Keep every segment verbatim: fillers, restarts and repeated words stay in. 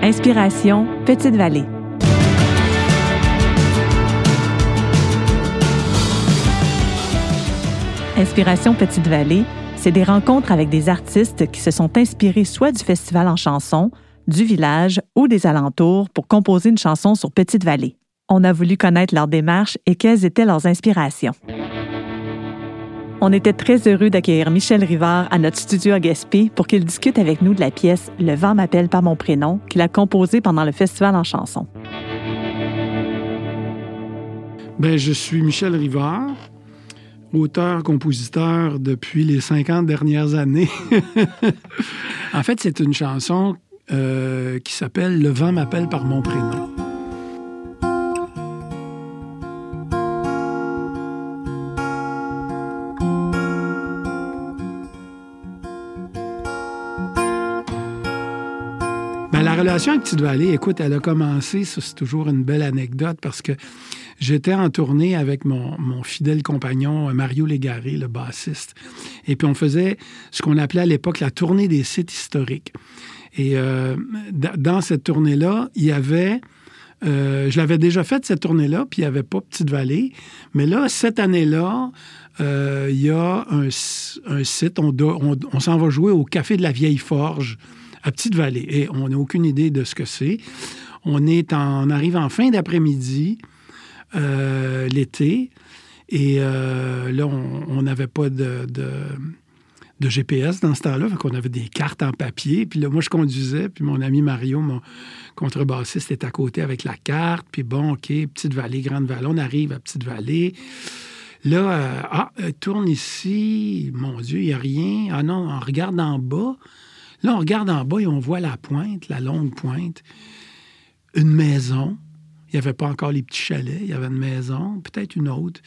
Inspiration Petite-Vallée. Inspiration Petite-Vallée, c'est des rencontres avec des artistes qui se sont inspirés soit du festival en chanson, du village ou des alentours pour composer une chanson sur Petite-Vallée. On a voulu connaître leur démarche et quelles étaient leurs inspirations. On était très heureux d'accueillir Michel Rivard à notre studio à Gaspé pour qu'il discute avec nous de la pièce « Le vent m'appelle par mon prénom » qu'il a composée pendant le festival en chanson. Bien, je suis Michel Rivard, auteur-compositeur depuis les cinquante dernières années. En fait, c'est une chanson euh, qui s'appelle « Le vent m'appelle par mon prénom ». Ben, la relation avec Petite-Vallée, écoute, elle a commencé, ça c'est toujours une belle anecdote, parce que j'étais en tournée avec mon, mon fidèle compagnon Mario Légaré, le bassiste. Et puis on faisait ce qu'on appelait à l'époque la tournée des sites historiques. Et euh, d- dans cette tournée-là, il y avait... Euh, je l'avais déjà faite, cette tournée-là, puis il n'y avait pas Petite-Vallée. Mais là, cette année-là, euh, il y a un, un site, on, doit, on, on s'en va jouer au Café de la Vieille Forge, à Petite-Vallée. Et on n'a aucune idée de ce que c'est. On, est en, on arrive en fin d'après-midi, euh, l'été, et euh, là, on n'avait pas de, de, de G P S dans ce temps-là, donc on avait des cartes en papier. Puis là, moi, je conduisais, puis mon ami Mario, mon contrebassiste, est à côté avec la carte. Puis bon, OK, Petite-Vallée, Grande-Vallée. On arrive à Petite-Vallée. Là, euh, ah, euh, tourne ici. Mon Dieu, il n'y a rien. Ah non, on regarde en bas. Là, on regarde en bas et on voit la pointe, la longue pointe. Une maison. Il n'y avait pas encore les petits chalets. Il y avait une maison, peut-être une autre.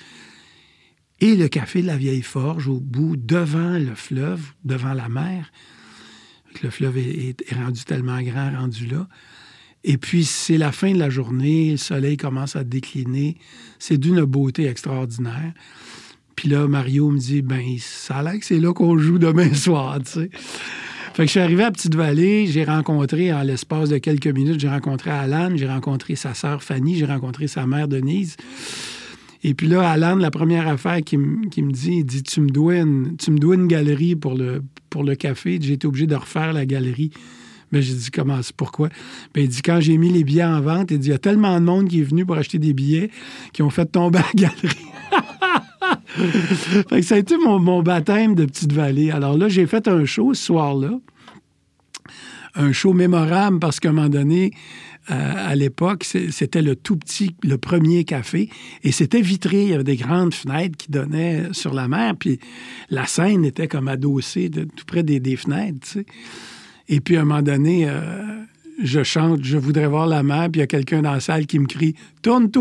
Et le Café de la Vieille Forge, au bout, devant le fleuve, devant la mer. Le fleuve est, est rendu tellement grand, rendu là. Et puis, c'est la fin de la journée. Le soleil commence à décliner. C'est d'une beauté extraordinaire. Puis là, Mario me dit, ben ça a l'air que c'est là qu'on joue demain soir, tu sais. Fait que je suis arrivé à Petite-Vallée, j'ai rencontré, en l'espace de quelques minutes, j'ai rencontré Alan, j'ai rencontré sa sœur Fanny, j'ai rencontré sa mère Denise. Et puis là, Alan, la première affaire qu'il me, qu'il me dit, il dit, tu me dois une, tu me dois une galerie pour le, pour le café. J'ai été obligé de refaire la galerie. Mais j'ai dit, comment, c'est pourquoi? Bien, il dit, quand j'ai mis les billets en vente, il dit, il y a tellement de monde qui est venu pour acheter des billets qui ont fait tomber la galerie. Fait que ça a été mon, mon baptême de Petite-Vallée. Alors là, j'ai fait un show ce soir-là. Un show mémorable parce qu'à un moment donné, euh, à l'époque, c'était le tout petit, le premier café. Et c'était vitré. Il y avait des grandes fenêtres qui donnaient sur la mer. Puis la scène était comme adossée de, tout près des, des fenêtres, tu sais. Et puis à un moment donné, euh, je chante « Je voudrais voir la mer », puis il y a quelqu'un dans la salle qui me crie « Tourne-toi! »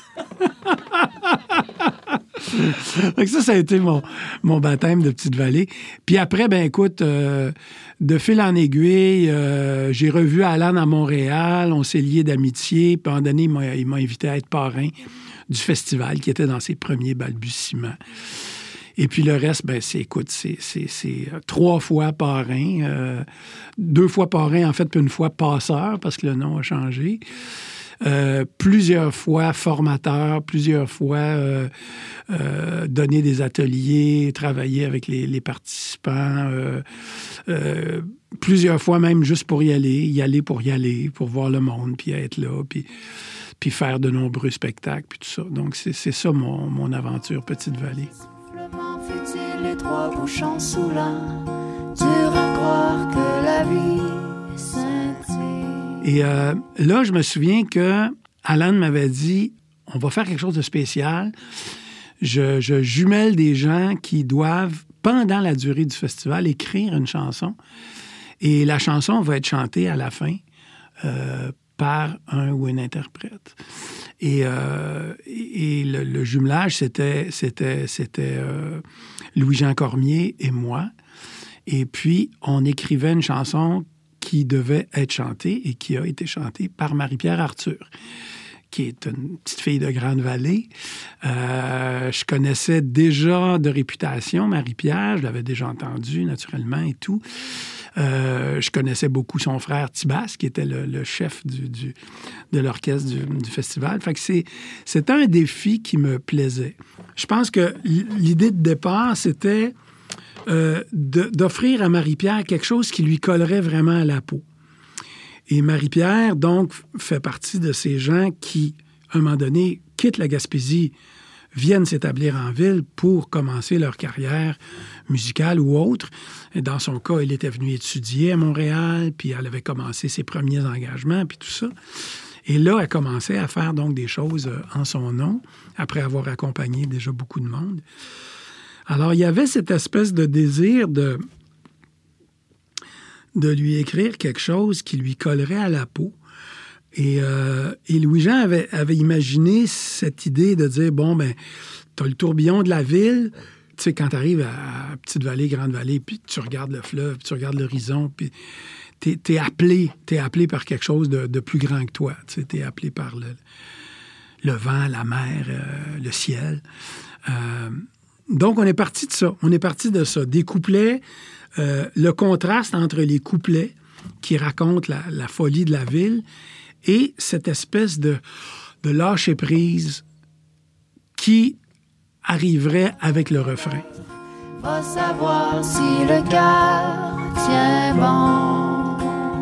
Donc ça, ça a été mon, mon baptême de Petite-Vallée. Puis après, ben écoute, euh, de fil en aiguille, euh, j'ai revu Alan à Montréal, on s'est liés d'amitié, puis à un moment donné, il m'a, il m'a invité à être parrain du festival qui était dans ses premiers balbutiements. Et puis le reste, ben c'est, écoute, c'est, c'est, c'est trois fois parrain, euh, deux fois parrain, en fait, puis une fois passeur, parce que le nom a changé. Euh, plusieurs fois formateur, plusieurs fois euh, euh, donner des ateliers, travailler avec les, les participants, euh, euh, plusieurs fois même juste pour y aller, y aller pour y aller, pour voir le monde, puis être là, puis, puis faire de nombreux spectacles, puis tout ça. Donc, c'est, c'est ça mon, mon aventure Petite-Vallée. Fut-il les trois bouchons sous l'un, dur à croire que la vie scintille. Et euh, là, je me souviens que Alan m'avait dit, on va faire quelque chose de spécial. Je, je jumelle des gens qui doivent, pendant la durée du festival, écrire une chanson. Et la chanson va être chantée à la fin euh, par un ou une interprète. Et, euh, et le, le jumelage, c'était, c'était, c'était euh, Louis-Jean Cormier et moi. Et puis, on écrivait une chanson qui devait être chantée et qui a été chantée par Marie-Pierre Arthur, qui est une petite fille de Grande-Vallée. Euh, je connaissais déjà de réputation Marie-Pierre, je l'avais déjà entendue naturellement et tout. Euh, je connaissais beaucoup son frère Tibas, qui était le, le chef du, du, de l'orchestre du, du festival. Fait que c'est, c'était un défi qui me plaisait. Je pense que l'idée de départ, c'était euh, de, d'offrir à Marie-Pierre quelque chose qui lui collerait vraiment à la peau. Et Marie-Pierre, donc, fait partie de ces gens qui, à un moment donné, quittent la Gaspésie, viennent s'établir en ville pour commencer leur carrière musicale ou autre. Et dans son cas, elle était venue étudier à Montréal, puis elle avait commencé ses premiers engagements, puis tout ça. Et là, elle commençait à faire donc des choses en son nom, après avoir accompagné déjà beaucoup de monde. Alors, il y avait cette espèce de désir de... de lui écrire quelque chose qui lui collerait à la peau. Et, euh, et Louis-Jean avait, avait imaginé cette idée de dire, bon, ben, t'as le tourbillon de la ville, tu sais, quand t'arrives à Petite-Vallée, Grande-Vallée, puis tu regardes le fleuve, puis tu regardes l'horizon, puis t'es, t'es appelé, t'es appelé par quelque chose de, de plus grand que toi, tu sais, t'es appelé par le, le vent, la mer, euh, le ciel. Euh, donc, on est parti de ça, on est parti de ça, des couplets. Euh, le contraste entre les couplets qui racontent la, la folie de la ville et cette espèce de, de lâcher-prise qui arriverait avec le refrain. Va savoir si le cœur tient bon.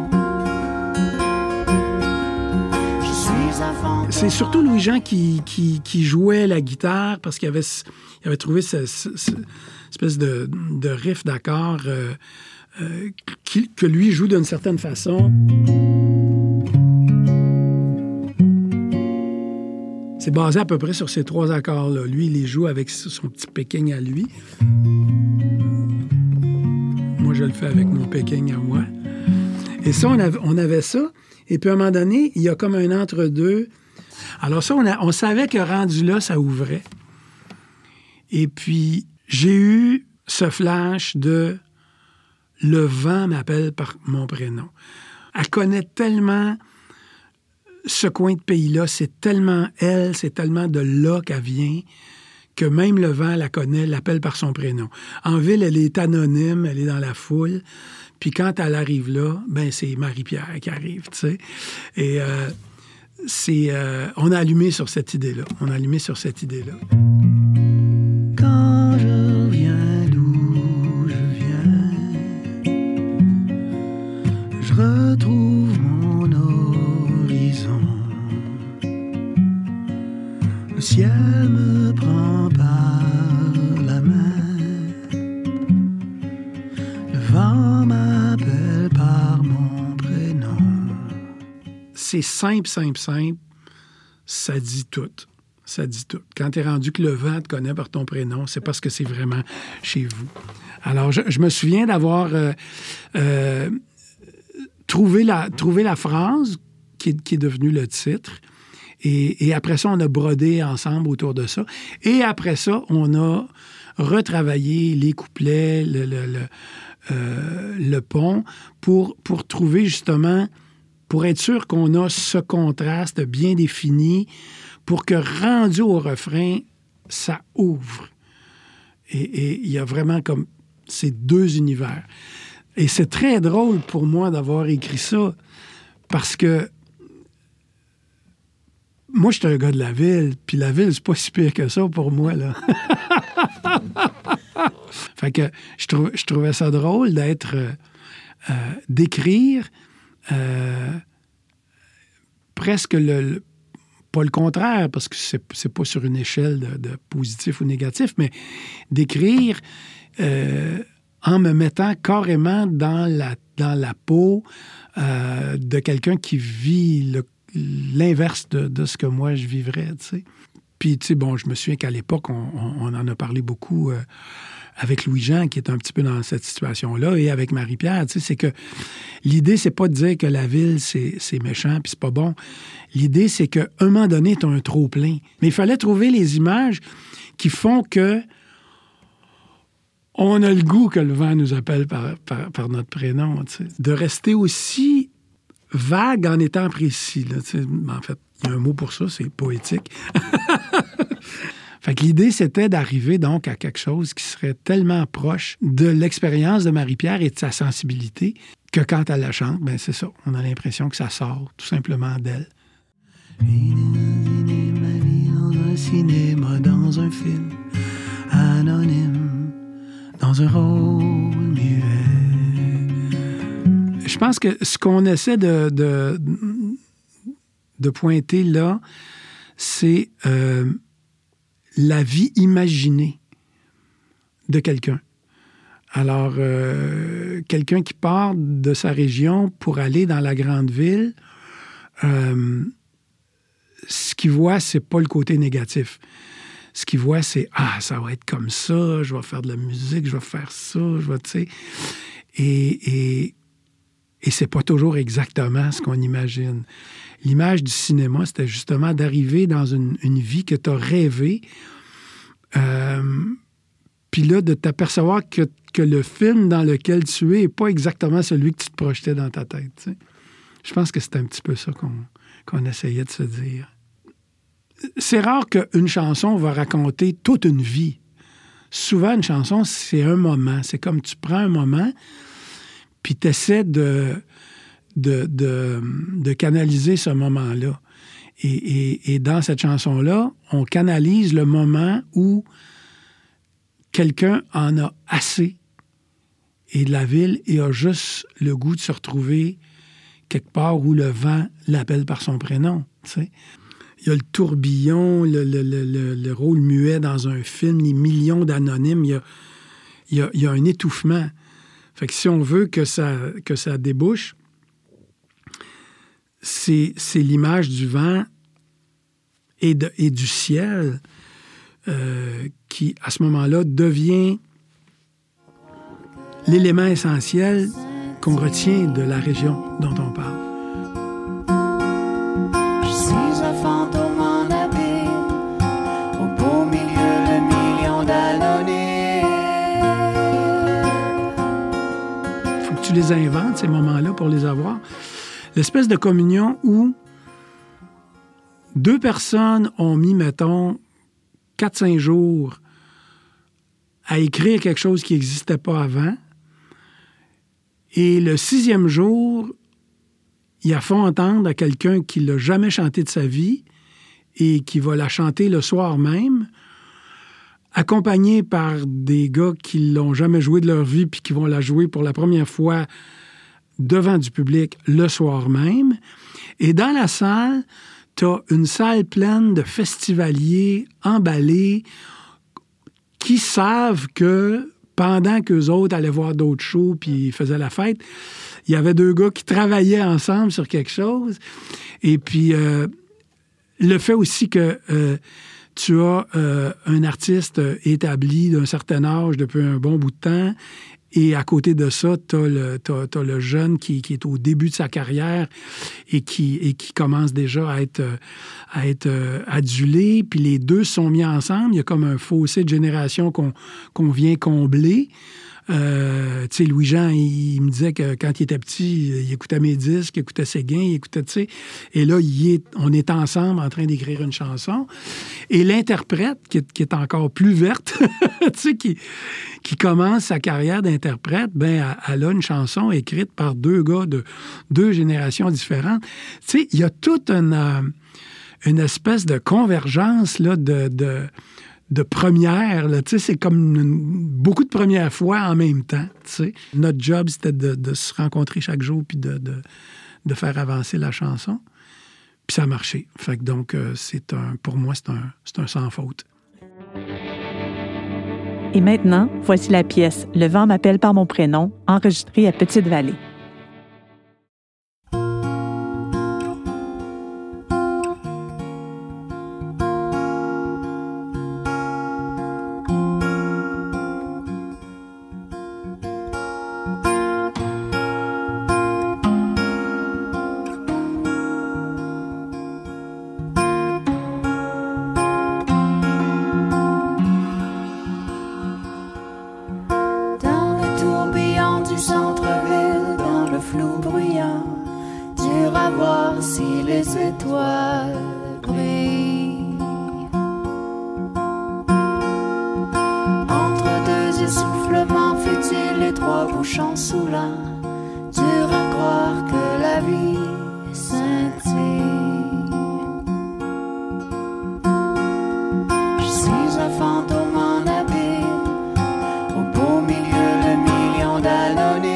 Je suis un fantôme. C'est surtout Louis-Jean qui, qui, qui jouait la guitare parce qu'il avait, il avait trouvé ce... ce, ce espèce de, de riff d'accord euh, euh, qui, que lui joue d'une certaine façon. C'est basé à peu près sur ces trois accords-là. Lui, il les joue avec son petit Pékin à lui. Moi, je le fais avec mon Pékin à moi. Et ça, on avait, on avait ça. Et puis, à un moment donné, il y a comme un entre-deux. Alors ça, on, a, on savait que rendu là, ça ouvrait. Et puis... j'ai eu ce flash de « Le vent m'appelle par mon prénom ». Elle connaît tellement ce coin de pays-là, c'est tellement elle, c'est tellement de là qu'elle vient, que même le vent la connaît, l'appelle par son prénom. En ville, elle est anonyme, elle est dans la foule, puis quand elle arrive là, ben c'est Marie-Pierre qui arrive, tu sais. Et euh, c'est, euh, on a allumé sur cette idée-là, on a allumé sur cette idée-là. Quand je viens d'où je viens, je retrouve mon horizon. Le ciel me prend par la main, le vent m'appelle par mon prénom. C'est simple, simple, simple, ça dit tout. Ça dit tout. Quand tu es rendu que le vent te connaît par ton prénom, c'est parce que c'est vraiment chez vous. Alors, je, je me souviens d'avoir euh, euh, trouvé, la, trouvé la phrase qui est, qui est devenue le titre. Et, et après ça, on a brodé ensemble autour de ça. Et après ça, on a retravaillé les couplets, le, le, le, euh, le pont, pour, pour trouver justement, pour être sûr qu'on a ce contraste bien défini, pour que, rendu au refrain, ça ouvre. Et il y a vraiment comme ces deux univers. Et c'est très drôle pour moi d'avoir écrit ça, parce que moi, j'étais un gars de la ville, puis la ville, c'est pas si pire que ça pour moi, là. Fait que je, trou- je trouvais ça drôle d'être... Euh, euh, d'écrire euh, presque le... le pas le contraire, parce que c'est, c'est pas sur une échelle de, de positif ou négatif, mais d'écrire euh, en me mettant carrément dans la, dans la peau euh, de quelqu'un qui vit le, l'inverse de, de ce que moi je vivrais, tu sais. Puis, tu sais, bon, je me souviens qu'à l'époque, on, on, on en a parlé beaucoup euh, avec Louis-Jean, qui est un petit peu dans cette situation-là, et avec Marie-Pierre, tu sais, c'est que l'idée, c'est pas de dire que la ville, c'est, c'est méchant, puis c'est pas bon. L'idée, c'est qu'à un moment donné, t'as un trop-plein. Mais il fallait trouver les images qui font que on a le goût que le vent nous appelle par, par, par notre prénom, tu sais. De rester aussi vague en étant précis, là, tu sais. En fait, Il y a un mot pour ça, c'est poétique. Fait que l'idée, c'était d'arriver donc à quelque chose qui serait tellement proche de l'expérience de Marie-Pierre et de sa sensibilité que quand elle la chante, ben c'est ça. On a l'impression que ça sort tout simplement d'elle. Ma vie dans un cinéma, dans un film anonyme, dans un rôle muet. Je pense que ce qu'on essaie de, de, de pointer là, c'est euh, la vie imaginée de quelqu'un. Alors, euh, quelqu'un qui part de sa région pour aller dans la grande ville, euh, ce qu'il voit, c'est pas le côté négatif. Ce qu'il voit, c'est « Ah, ça va être comme ça, je vais faire de la musique, je vais faire ça, je vais, tu sais... » Et, et, et c'est pas toujours exactement ce qu'on imagine. L'image du cinéma, c'était justement d'arriver dans une, une vie que tu as rêvée, euh, puis là, de t'apercevoir que, que le film dans lequel tu es n'est pas exactement celui que tu te projetais dans ta tête. Tu sais. Je pense que c'est un petit peu ça qu'on, qu'on essayait de se dire. C'est rare qu'une chanson va raconter toute une vie. Souvent, une chanson, c'est un moment. C'est comme tu prends un moment, puis tu essaies de, de, de, de canaliser ce moment-là. Et, et, et dans cette chanson-là, on canalise le moment où quelqu'un en a assez et de la ville et a juste le goût de se retrouver quelque part où le vent l'appelle par son prénom. Tu sais. Il y a le tourbillon, le, le, le, le rôle muet dans un film, les millions d'anonymes. Il y a, il y a, il y a un étouffement. Fait que si on veut que ça, que ça débouche, c'est, c'est l'image du vent et, de, et du ciel euh, qui, à ce moment-là, devient l'élément essentiel qu'on retient de la région dont on parle. Je suis un fantôme en habit, au beau milieu de millions d'anonymes. Faut que tu les inventes, ces moments-là, pour les avoir. L'espèce de communion où deux personnes ont mis, mettons, quatre cinq jours à écrire quelque chose qui n'existait pas avant. Et le sixième jour, ils la font entendre à quelqu'un qui ne l'a jamais chanté de sa vie et qui va la chanter le soir même, accompagné par des gars qui ne l'ont jamais joué de leur vie puis qui vont la jouer pour la première fois devant du public le soir même. Et dans la salle, tu as une salle pleine de festivaliers emballés qui savent que pendant qu'eux autres allaient voir d'autres shows puis faisaient la fête, il y avait deux gars qui travaillaient ensemble sur quelque chose. Et puis, euh, le fait aussi que euh, tu as euh, un artiste établi d'un certain âge depuis un bon bout de temps. Et à côté de ça, tu as le, t'as, t'as le jeune qui, qui est au début de sa carrière et qui, et qui commence déjà à être, à être euh, adulé. Puis les deux sont mis ensemble. Il y a comme un fossé de génération qu'on, qu'on vient combler. Euh, tu sais, Louis-Jean, il, il me disait que quand il était petit, il écoutait mes disques, il écoutait Séguin, il écoutait, tu sais. Et là, il est, on est ensemble en train d'écrire une chanson. Et l'interprète, qui est, qui est encore plus verte, tu sais, qui, qui commence sa carrière d'interprète, ben, elle a une chanson écrite par deux gars de deux générations différentes. Tu sais, il y a toute une, une espèce de convergence, là, de... de de première, là, tu sais, c'est comme une, beaucoup de premières fois en même temps, tu sais. Notre job, c'était de, de se rencontrer chaque jour puis de, de, de faire avancer la chanson. Puis ça a marché. Fait que donc, euh, c'est un, pour moi, c'est un, c'est un sans faute. Et maintenant, voici la pièce « Le vent m'appelle par mon prénom » enregistrée à Petite-Vallée. Dans le tourbillon du centre-ville, dur à voir si les étoiles brillent. Entre deux essoufflements futiles et trois bouchons saoulants, dur à croire que la vie scintille. Je suis un fantôme en abîme, au beau milieu de millions d'anonymes.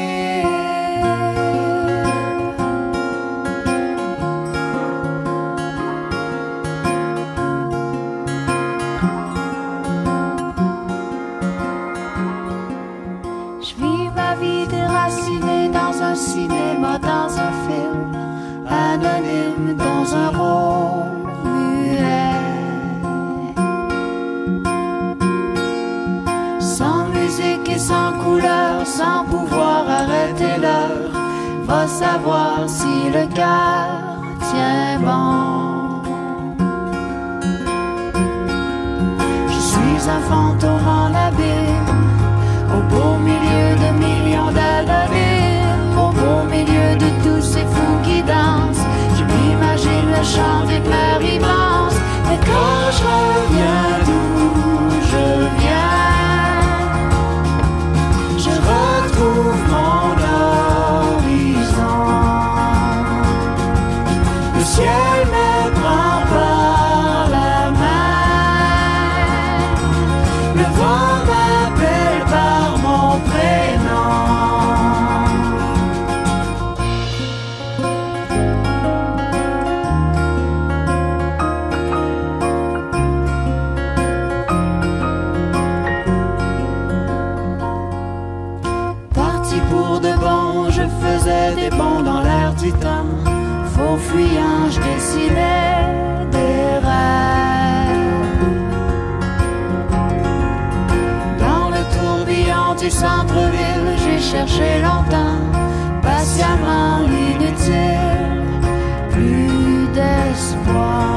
Je vis ma vie déracinée dans un cinéma, dans un film anonyme, dans un rôle muet. Sans musique et sans couleur, sans pouvoir arrêter l'heure, va savoir si le cœur tient bon. Je suis un fantôme en abîme, au beau milieu de millions d'anonymes, au beau milieu de tous ces fous qui dansent. Je m'imagine le chant des mers immenses, mais quand je reviens d'où je viens, je retrouve mon horizon. Le ciel me prend par la main, le vent m'appelle par mon prénom. Parti pour de bon, je faisais des bonds dans l'air du temps. Faux fuyant, je dessinais des rêves. Dans le tourbillon du centre-ville, j'ai cherché longtemps, patiemment l'inutile, plus d'espoir.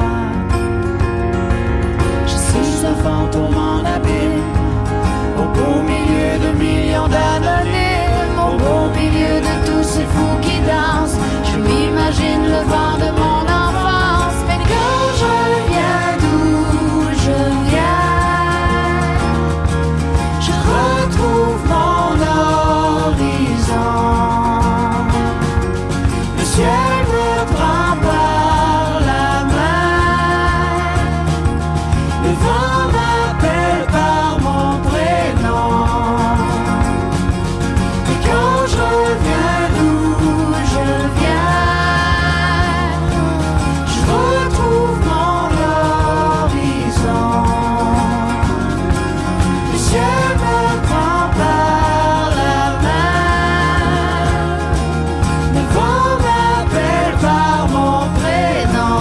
Je suis un fantôme en abîme, au beau milieu de millions d'anonymes, au beau milieu de tous ces fous qui dansent. Je m'imagine le vent de mon enfance, mais quand je reviens d'où je viens, je retrouve mon horizon. Le ciel me prend par la main, le vent m'appelle par mon prénom. Et quand je reviens d'où je viens, je retrouve mon horizon. Le ciel me prend par la main, le vent m'appelle par mon prénom.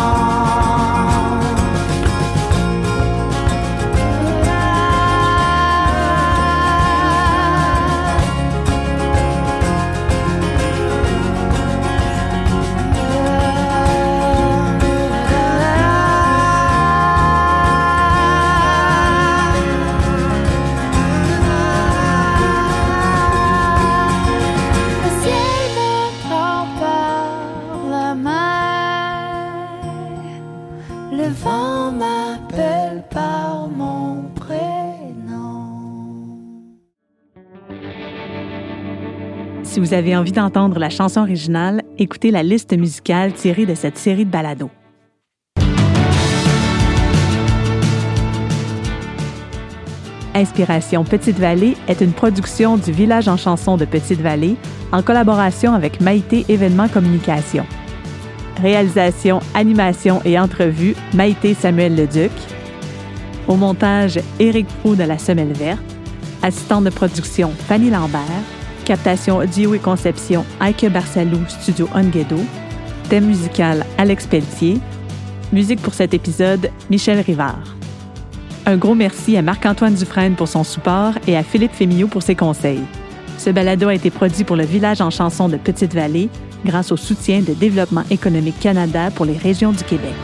Le ciel me prend par la main, le vent m'appelle par mon prénom. Si vous avez envie d'entendre la chanson originale, écoutez la liste musicale tirée de cette série de balados. Inspiration Petite-Vallée est une production du Village en chanson de Petite-Vallée en collaboration avec Maïté Événements Communication. Réalisation, animation et entrevue, Maïté Samuel Leduc. Au montage, Éric Proulx de La Semelle Verte. Assistante de production, Fanny Lambert. Captation audio et conception, Aike Barsalou, Studio Onguedo. Thème musical, Alex Pelletier. Musique pour cet épisode, Michel Rivard. Un gros merci à Marc-Antoine Dufresne pour son support et à Philippe Fémillot pour ses conseils. Ce balado a été produit pour le Village en chanson de Petite-Vallée grâce au soutien de Développement économique Canada pour les régions du Québec.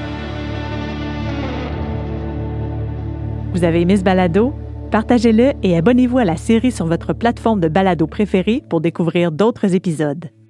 Vous avez aimé ce balado? Partagez-le et abonnez-vous à la série sur votre plateforme de balado préférée pour découvrir d'autres épisodes.